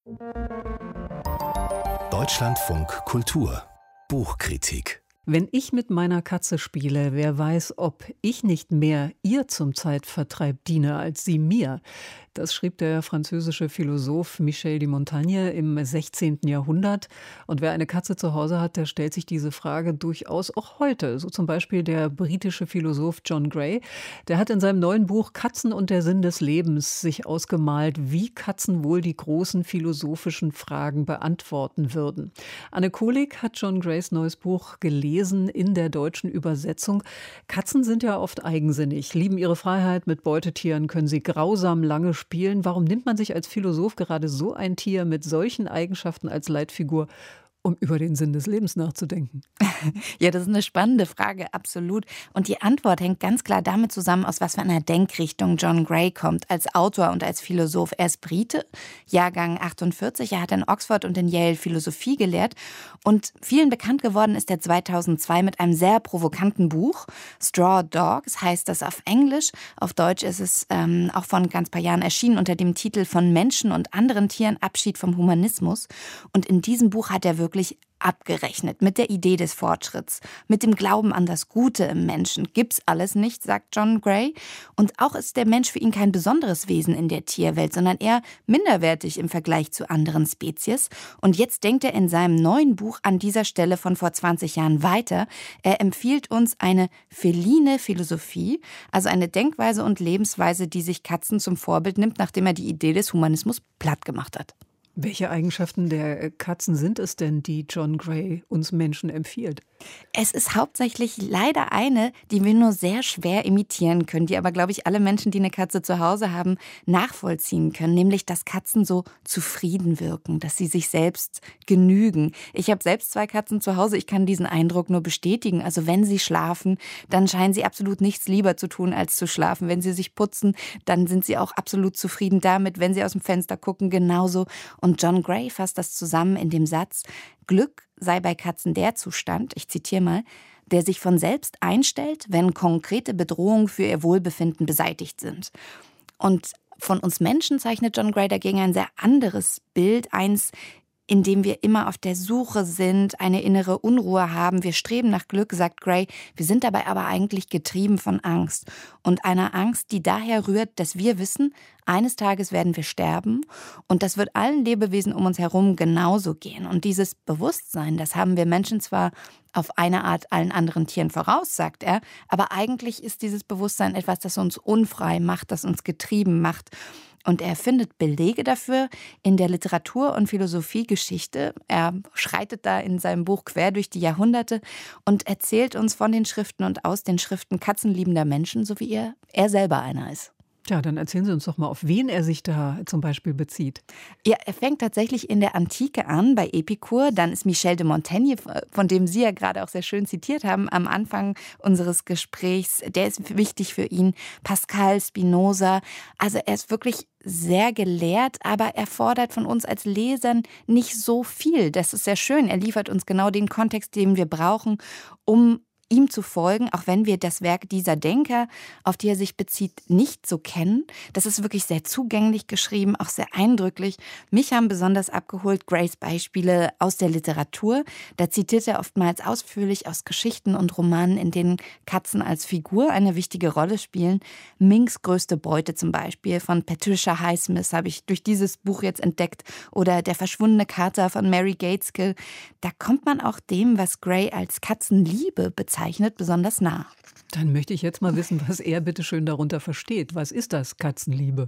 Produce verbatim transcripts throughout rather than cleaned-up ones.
Deutschlandfunk Kultur Buchkritik. Wenn ich mit meiner Katze spiele, wer weiß, ob ich nicht mehr ihr zum Zeitvertreib diene als sie mir. Das schrieb der französische Philosoph Michel de Montaigne im sechzehnten Jahrhundert. Und wer eine Katze zu Hause hat, der stellt sich diese Frage durchaus auch heute. So zum Beispiel der britische Philosoph John Gray. Der hat in seinem neuen Buch Katzen und der Sinn des Lebens sich ausgemalt, wie Katzen wohl die großen philosophischen Fragen beantworten würden. Anne Kohlig hat John Grays neues Buch gelesen in der deutschen Übersetzung. Katzen sind ja oft eigensinnig, lieben ihre Freiheit, mit Beutetieren können sie grausam lange spielen. Warum nimmt man sich als Philosoph gerade so ein Tier mit solchen Eigenschaften als Leitfigur, um über den Sinn des Lebens nachzudenken? Ja, das ist eine spannende Frage, absolut. Und die Antwort hängt ganz klar damit zusammen, aus was für einer Denkrichtung John Gray kommt, als Autor und als Philosoph. Er ist Brite, Jahrgang achtundvierzig. Er hat in Oxford und in Yale Philosophie gelehrt. Und vielen bekannt geworden ist er zweitausendzwei mit einem sehr provokanten Buch. Straw Dogs heißt das auf Englisch. Auf Deutsch ist es ähm, auch vor ein ganz paar Jahren erschienen unter dem Titel Von Menschen und anderen Tieren, Abschied vom Humanismus. Und in diesem Buch hat er wirklich abgerechnet mit der Idee des Fortschritts, mit dem Glauben an das Gute im Menschen. Gibt's alles nicht, sagt John Gray. Und auch ist der Mensch für ihn kein besonderes Wesen in der Tierwelt, sondern eher minderwertig im Vergleich zu anderen Spezies. Und jetzt denkt er in seinem neuen Buch an dieser Stelle von vor zwanzig Jahren weiter. Er empfiehlt uns eine feline Philosophie, also eine Denkweise und Lebensweise, die sich Katzen zum Vorbild nimmt, nachdem er die Idee des Humanismus platt gemacht hat. Welche Eigenschaften der Katzen sind es denn, die John Gray uns Menschen empfiehlt? Es ist hauptsächlich leider eine, die wir nur sehr schwer imitieren können, die aber, glaube ich, alle Menschen, die eine Katze zu Hause haben, nachvollziehen können, nämlich, dass Katzen so zufrieden wirken, dass sie sich selbst genügen. Ich habe selbst zwei Katzen zu Hause, ich kann diesen Eindruck nur bestätigen. Also wenn sie schlafen, dann scheinen sie absolut nichts lieber zu tun, als zu schlafen. Wenn sie sich putzen, dann sind sie auch absolut zufrieden damit. Wenn sie aus dem Fenster gucken, genauso. Und John Gray fasst das zusammen in dem Satz: Glück sei bei Katzen der Zustand, ich zitiere mal, der sich von selbst einstellt, wenn konkrete Bedrohungen für ihr Wohlbefinden beseitigt sind. Und von uns Menschen zeichnet John Gray dagegen ein sehr anderes Bild, eins, in dem wir immer auf der Suche sind, eine innere Unruhe haben. Wir streben nach Glück, sagt Gray. Wir sind dabei aber eigentlich getrieben von Angst. Und einer Angst, die daher rührt, dass wir wissen, eines Tages werden wir sterben. Und das wird allen Lebewesen um uns herum genauso gehen. Und dieses Bewusstsein, das haben wir Menschen zwar auf eine Art allen anderen Tieren voraus, sagt er, aber eigentlich ist dieses Bewusstsein etwas, das uns unfrei macht, das uns getrieben macht. Und er findet Belege dafür in der Literatur- und Philosophiegeschichte. Er schreitet da in seinem Buch quer durch die Jahrhunderte und erzählt uns von den Schriften und aus den Schriften katzenliebender Menschen, so wie er, er selber einer ist. Ja, dann erzählen Sie uns doch mal, auf wen er sich da zum Beispiel bezieht. Ja, er fängt tatsächlich in der Antike an, bei Epikur. Dann ist Michel de Montaigne, von dem Sie ja gerade auch sehr schön zitiert haben, am Anfang unseres Gesprächs. Der ist wichtig für ihn. Pascal, Spinoza. Also er ist wirklich sehr gelehrt, aber er fordert von uns als Lesern nicht so viel. Das ist sehr schön. Er liefert uns genau den Kontext, den wir brauchen, um ihm zu folgen, auch wenn wir das Werk dieser Denker, auf die er sich bezieht, nicht so kennen. Das ist wirklich sehr zugänglich geschrieben, auch sehr eindrücklich. Mich haben besonders abgeholt Grays Beispiele aus der Literatur. Da zitiert er oftmals ausführlich aus Geschichten und Romanen, in denen Katzen als Figur eine wichtige Rolle spielen. Minks größte Beute zum Beispiel von Patricia Highsmith habe ich durch dieses Buch jetzt entdeckt. Oder Der verschwundene Kater von Mary Gaitskill. Da kommt man auch dem, was Gray als Katzenliebe bezeichnet, Zeichnet besonders nah. Dann möchte ich jetzt mal wissen, was er bitte schön darunter versteht. Was ist das, Katzenliebe?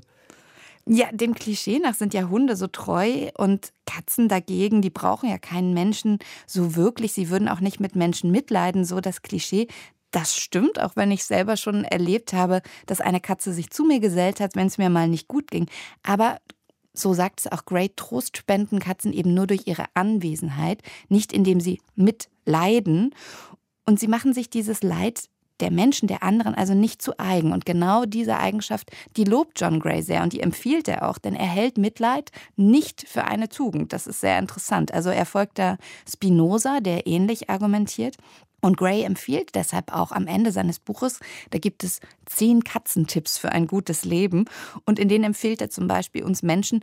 Ja, dem Klischee nach sind ja Hunde so treu und Katzen dagegen, die brauchen ja keinen Menschen so wirklich. Sie würden auch nicht mit Menschen mitleiden, so das Klischee. Das stimmt, auch wenn ich selber schon erlebt habe, dass eine Katze sich zu mir gesellt hat, wenn es mir mal nicht gut ging. Aber so sagt es auch Gray, Trost spenden Katzen eben nur durch ihre Anwesenheit, nicht indem sie mitleiden. Und sie machen sich dieses Leid der Menschen, der anderen, also nicht zu eigen. Und genau diese Eigenschaft, die lobt John Gray sehr und die empfiehlt er auch, denn er hält Mitleid nicht für eine Tugend. Das ist sehr interessant. Also er folgt da Spinoza, der ähnlich argumentiert. Und Gray empfiehlt deshalb auch am Ende seines Buches, da gibt es zehn Katzentipps für ein gutes Leben. Und in denen empfiehlt er zum Beispiel uns Menschen,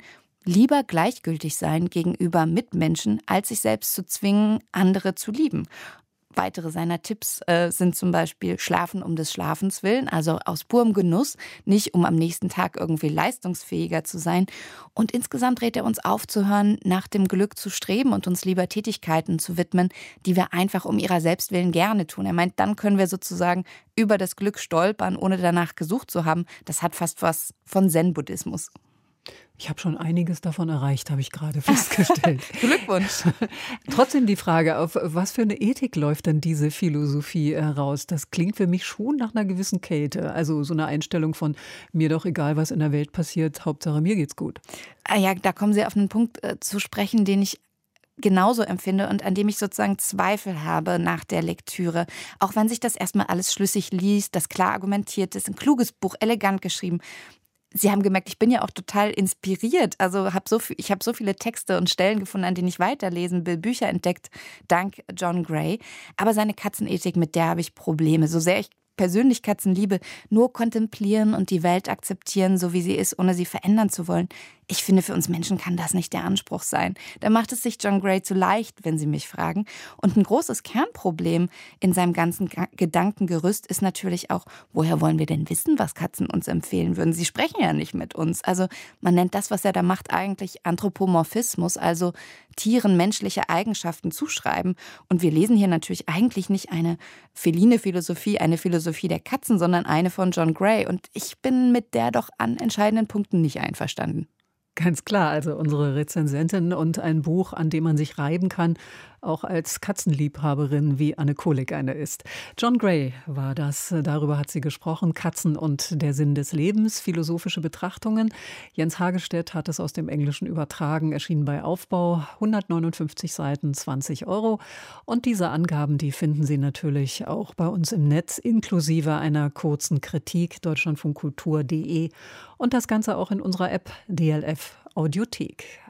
lieber gleichgültig sein gegenüber Mitmenschen, als sich selbst zu zwingen, andere zu lieben. Weitere seiner Tipps äh, sind zum Beispiel Schlafen um des Schlafens willen, also aus purem Genuss, nicht um am nächsten Tag irgendwie leistungsfähiger zu sein. Und insgesamt rät er uns aufzuhören, nach dem Glück zu streben und uns lieber Tätigkeiten zu widmen, die wir einfach um ihrer selbst willen gerne tun. Er meint, dann können wir sozusagen über das Glück stolpern, ohne danach gesucht zu haben. Das hat fast was von Zen-Buddhismus. Ich habe schon einiges davon erreicht, habe ich gerade festgestellt. Glückwunsch. Trotzdem die Frage, auf was für eine Ethik läuft denn diese Philosophie heraus? Das klingt für mich schon nach einer gewissen Kälte. Also so eine Einstellung von mir doch egal, was in der Welt passiert, Hauptsache mir geht's gut. Ah ja, da kommen Sie auf einen Punkt äh, zu sprechen, den ich genauso empfinde und an dem ich sozusagen Zweifel habe nach der Lektüre. Auch wenn sich das erstmal alles schlüssig liest, das klar argumentiert ist, ein kluges Buch, elegant geschrieben. Sie haben gemerkt, ich bin ja auch total inspiriert. Also hab so viel, ich habe so viele Texte und Stellen gefunden, an denen ich weiterlesen will, Bücher entdeckt, dank John Gray. Aber seine Katzenethik, mit der habe ich Probleme. So sehr ich persönlich Katzen liebe, nur kontemplieren und die Welt akzeptieren, so wie sie ist, ohne sie verändern zu wollen. Ich finde, für uns Menschen kann das nicht der Anspruch sein. Da macht es sich John Gray zu leicht, wenn Sie mich fragen. Und ein großes Kernproblem in seinem ganzen Gedankengerüst ist natürlich auch, woher wollen wir denn wissen, was Katzen uns empfehlen würden? Sie sprechen ja nicht mit uns. Also man nennt das, was er da macht, eigentlich Anthropomorphismus, also Tieren menschliche Eigenschaften zuschreiben. Und wir lesen hier natürlich eigentlich nicht eine feline Philosophie, eine Philosophie der Katzen, sondern eine von John Gray. Und ich bin mit der doch an entscheidenden Punkten nicht einverstanden. Ganz klar, also unsere Rezensentin und ein Buch, an dem man sich reiben kann, auch als Katzenliebhaberin, wie Anne Kohlig eine ist. John Gray war das, darüber hat sie gesprochen, Katzen und der Sinn des Lebens, philosophische Betrachtungen. Jens Hagestedt hat es aus dem Englischen übertragen, erschienen bei Aufbau, hundertneunundfünfzig Seiten, zwanzig Euro. Und diese Angaben, die finden Sie natürlich auch bei uns im Netz, inklusive einer kurzen Kritik, deutschlandfunkkultur punkt de und das Ganze auch in unserer App D L F Audiothek.